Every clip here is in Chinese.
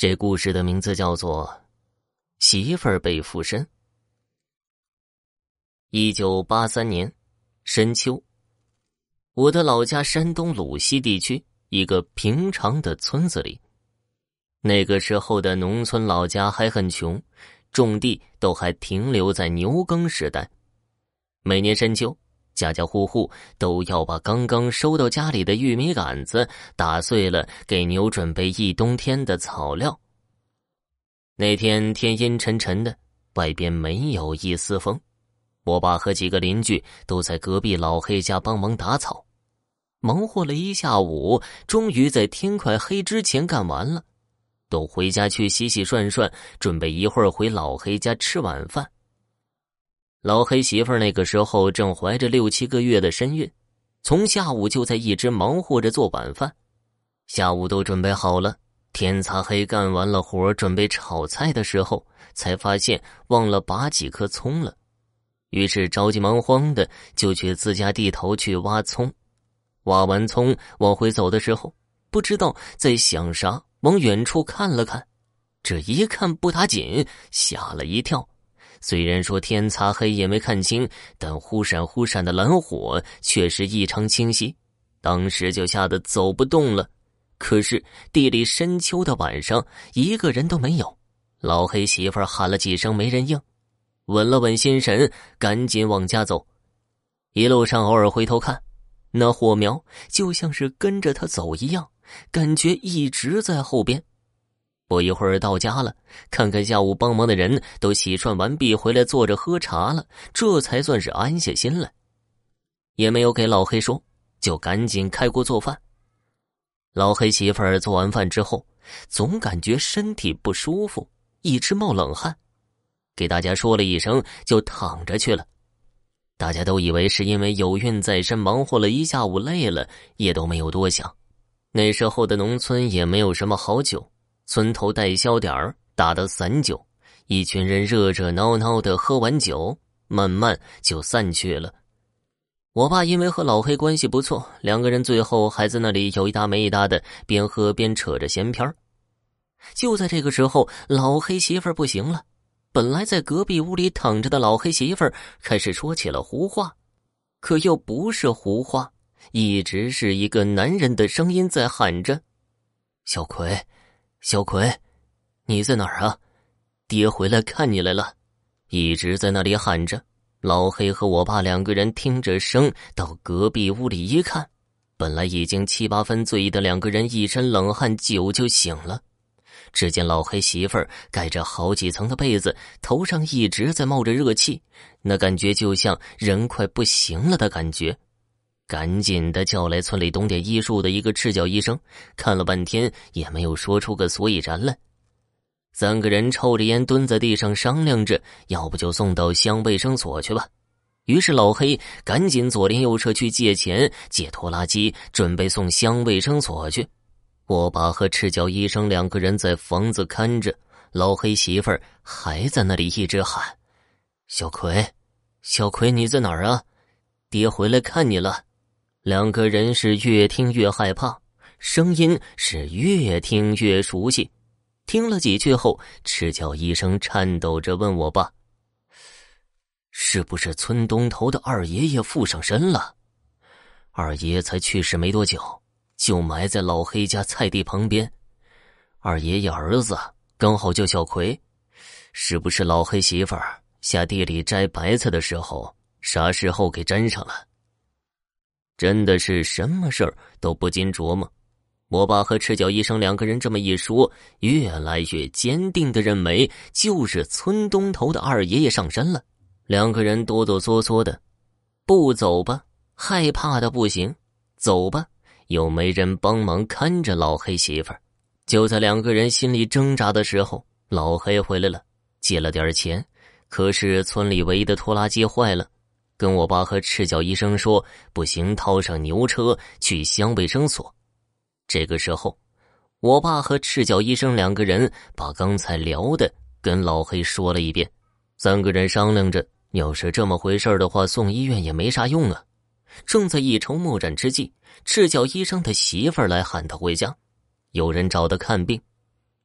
这故事的名字叫做媳妇儿被附身。1983年深秋，我的老家山东鲁西地区一个平常的村子里，那个时候的农村老家还很穷，种地都还停留在牛耕时代。每年深秋，家家户户都要把刚刚收到家里的玉米杆子打碎了，给牛准备一冬天的草料。那天天阴沉沉的，外边没有一丝风。我爸和几个邻居都在隔壁老黑家帮忙打草，忙活了一下午，终于在天快黑之前干完了，都回家去洗洗涮涮，准备一会儿回老黑家吃晚饭。老黑媳妇儿那个时候正怀着6、7个月的身孕，从下午就在一直忙活着做晚饭。下午都准备好了，天擦黑干完了活，准备炒菜的时候，才发现忘了拔几颗葱了。于是着急忙慌的就去自家地头去挖葱。挖完葱往回走的时候，不知道在想啥，往远处看了看，这一看不打紧，吓了一跳。虽然说天擦黑也没看清，但忽闪忽闪的蓝火确实异常清晰，当时就吓得走不动了。可是地里深秋的晚上，一个人都没有。老黑媳妇儿喊了几声没人应，稳了稳心神，赶紧往家走。一路上偶尔回头看，那火苗就像是跟着他走一样，感觉一直在后边。不一会儿到家了，看看下午帮忙的人都洗涮完毕回来坐着喝茶了，这才算是安下心来。也没有给老黑说，就赶紧开锅做饭。老黑媳妇儿做完饭之后，总感觉身体不舒服，一直冒冷汗，给大家说了一声就躺着去了。大家都以为是因为有孕在身，忙活了一下午累了，也都没有多想。那时候的农村也没有什么好酒，村头带销点儿打的散酒，一群人热热闹闹的喝完酒，慢慢就散去了。我爸因为和老黑关系不错，两个人最后还在那里有一搭没一搭的边喝边扯着闲篇儿。就在这个时候，老黑媳妇儿不行了，本来在隔壁屋里躺着的老黑媳妇儿开始说起了胡话，可又不是胡话，一直是一个男人的声音在喊着：小葵，小葵，你在哪儿啊？爹回来看你来了。一直在那里喊着。老黑和我爸两个人听着声到隔壁屋里一看，本来已经7、8分醉意的两个人一身冷汗，酒就醒了。只见老黑媳妇儿盖着好几层的被子，头上一直在冒着热气，那感觉就像人快不行了的感觉。赶紧的叫来村里懂点医术的一个赤脚医生，看了半天也没有说出个所以然来。3个人抽着烟蹲在地上商量着，要不就送到乡卫生所去吧。于是老黑赶紧左邻右舍去借钱借拖拉机，准备送乡卫生所去。我爸和赤脚医生2个人在房子看着，老黑媳妇儿还在那里一直喊：小葵，小葵，你在哪儿啊？爹回来看你了。2个人是越听越害怕，声音是越听越熟悉。听了几句后，赤脚医生颤抖着问我爸：是不是村东头的二爷爷附上身了？二爷爷才去世没多久，就埋在老黑家菜地旁边。二爷爷儿子刚好叫小葵，是不是老黑媳妇儿下地里摘白菜的时候，啥时候给沾上了？真的是什么事儿都不禁琢磨。我爸和赤脚医生2个人这么一说，越来越坚定地认为就是村东头的二爷爷上身了。2个人哆哆嗦嗦的，不走吧，害怕的不行；走吧，又没人帮忙看着老黑媳妇儿。就在2个人心里挣扎的时候，老黑回来了，借了点钱，可是村里唯一的拖拉机坏了，跟我爸和赤脚医生说不行，套上牛车去乡卫生所。这个时候，我爸和赤脚医生2个人把刚才聊的跟老黑说了一遍。3个人商量着，要是这么回事的话，送医院也没啥用啊。正在一筹莫展之际，赤脚医生的媳妇儿来喊他回家，有人找他看病。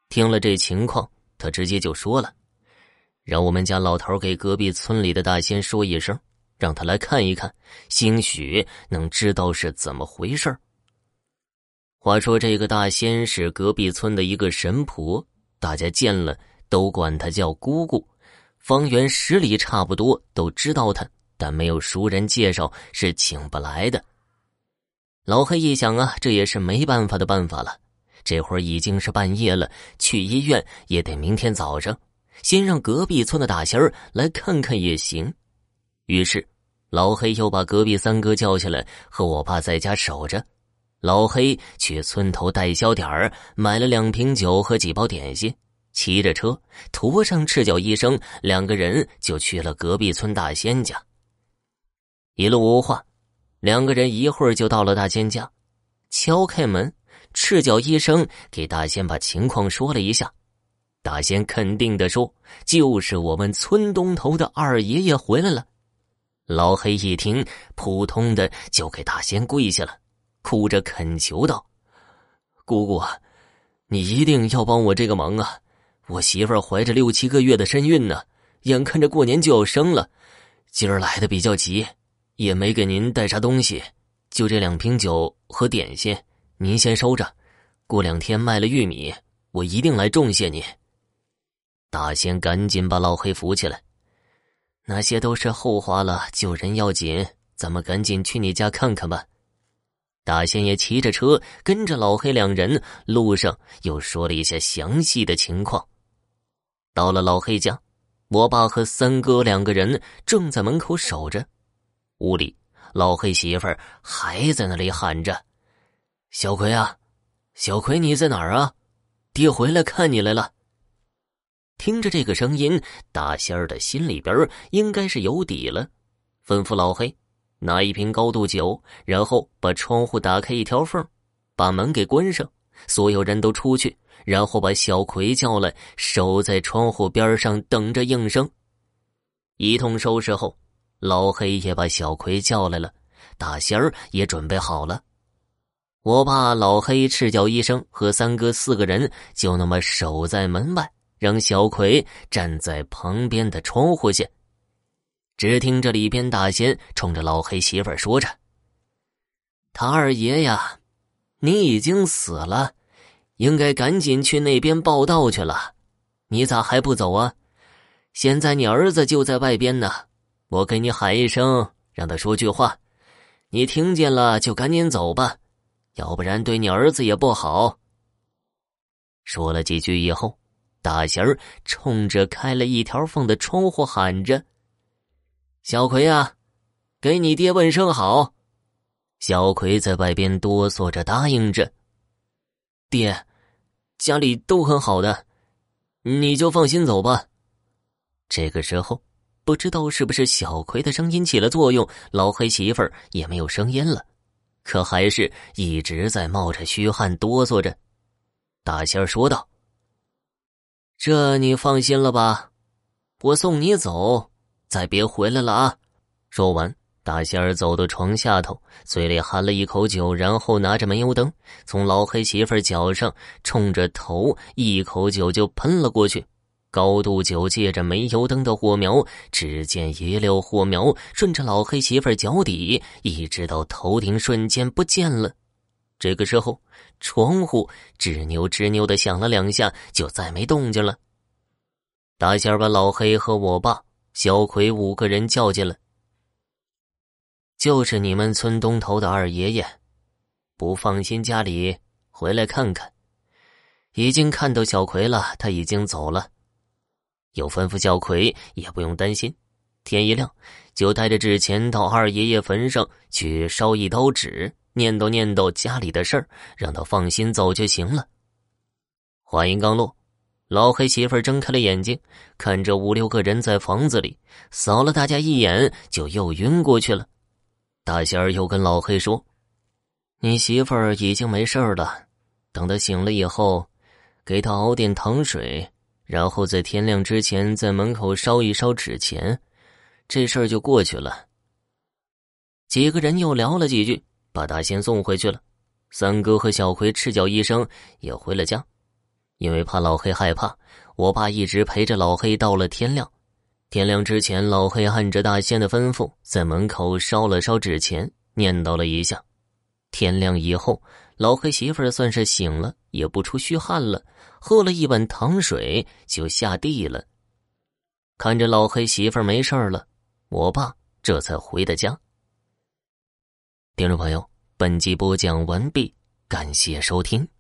听了这情况，他直接就说了，让我们家老头给隔壁村里的大仙说一声，让他来看一看，兴许能知道是怎么回事。话说这个大仙是隔壁村的一个神婆，大家见了都管她叫姑姑，方圆10里差不多都知道她，但没有熟人介绍是请不来的。老黑一想啊，这也是没办法的办法了，这会儿已经是半夜了，去医院也得明天早上，先让隔壁村的大仙儿来看看也行。于是老黑又把隔壁三哥叫下来，和我爸在家守着。老黑去村头代销点儿买了2瓶酒和几包点心，骑着车驮上赤脚医生，2个人就去了隔壁村大仙家。一路无话，2个人一会儿就到了大仙家。敲开门，赤脚医生给大仙把情况说了一下。大仙肯定地说，就是我们村东头的二爷爷回来了。老黑一听，扑通的就给大仙跪下了，哭着恳求道，姑姑啊，你一定要帮我这个忙啊，我媳妇儿怀着6、7个月的身孕呢，眼看着过年就要生了，今儿来的比较急，也没给您带啥东西，就这2瓶酒和点心，您先收着，过2天卖了玉米，我一定来重谢你。大仙赶紧把老黑扶起来，那些都是后话了，救人要紧，咱们赶紧去你家看看吧。大仙也骑着车跟着老黑2人，路上又说了一些详细的情况。到了老黑家，我爸和三哥2个人正在门口守着。屋里老黑媳妇儿还在那里喊着，小葵啊，小葵你在哪儿啊？爹回来看你来了。听着这个声音，大仙儿的心里边应该是有底了，吩咐老黑拿1瓶高度酒，然后把窗户打开1条缝，把门给关上，所有人都出去，然后把小葵叫来，守在窗户边上等着应声。一通收拾后，老黑也把小葵叫来了，大仙儿也准备好了。我爸、老黑、赤脚医生和三哥4个人就那么守在门外，让小葵站在旁边的窗户下。只听这里边大仙冲着老黑媳妇儿说着，他二爷呀，你已经死了，应该赶紧去那边报道去了，你咋还不走啊？现在你儿子就在外边呢，我给你喊一声，让他说句话，你听见了就赶紧走吧，要不然对你儿子也不好。说了几句以后，大仙儿冲着开了1条缝的窗户喊着，小葵啊，给你爹问声好。小葵在外边哆嗦着答应着，爹，家里都很好的，你就放心走吧。这个时候不知道是不是小葵的声音起了作用，老黑媳妇儿也没有声音了，可还是一直在冒着虚汗哆嗦着。大仙儿说道，这你放心了吧，我送你走，再别回来了啊。说完，大仙儿走到床下头，嘴里含了1口酒，然后拿着煤油灯从老黑媳妇儿脚上冲着头1口酒就喷了过去。高度酒借着煤油灯的火苗，只见一溜火苗顺着老黑媳妇儿脚底一直到头顶，瞬间不见了。这个时候窗户吱扭吱扭的响了2下，就再没动静了。大仙儿把老黑和我爸、小葵5个人叫进来，就是你们村东头的二爷爷，不放心家里，回来看看。已经看到小葵了，他已经走了。又吩咐小葵也不用担心，天一亮就带着纸钱到二爷爷坟上去烧1刀纸，念叨念叨家里的事儿，让他放心走就行了。话音刚落，老黑媳妇儿睁开了眼睛，看着5、6个人在房子里，扫了大家一眼，就又晕过去了。大仙儿又跟老黑说，你媳妇儿已经没事了，等她醒了以后，给她熬点糖水，然后在天亮之前在门口烧一烧纸钱，这事儿就过去了。几个人又聊了几句，把大仙送回去了。三哥和小葵赤脚医生也回了家。 因为怕老黑害怕，我爸一直陪着老黑到了天亮。天亮之前，老黑按着大仙的吩咐，在门口烧了烧纸钱，念叨了一下。天亮以后，老黑媳妇儿算是醒了，也不出虚汗了，喝了一碗糖水就下地了。看着老黑媳妇儿没事了，我爸这才回的家。听众朋友，本集播讲完毕，感谢收听。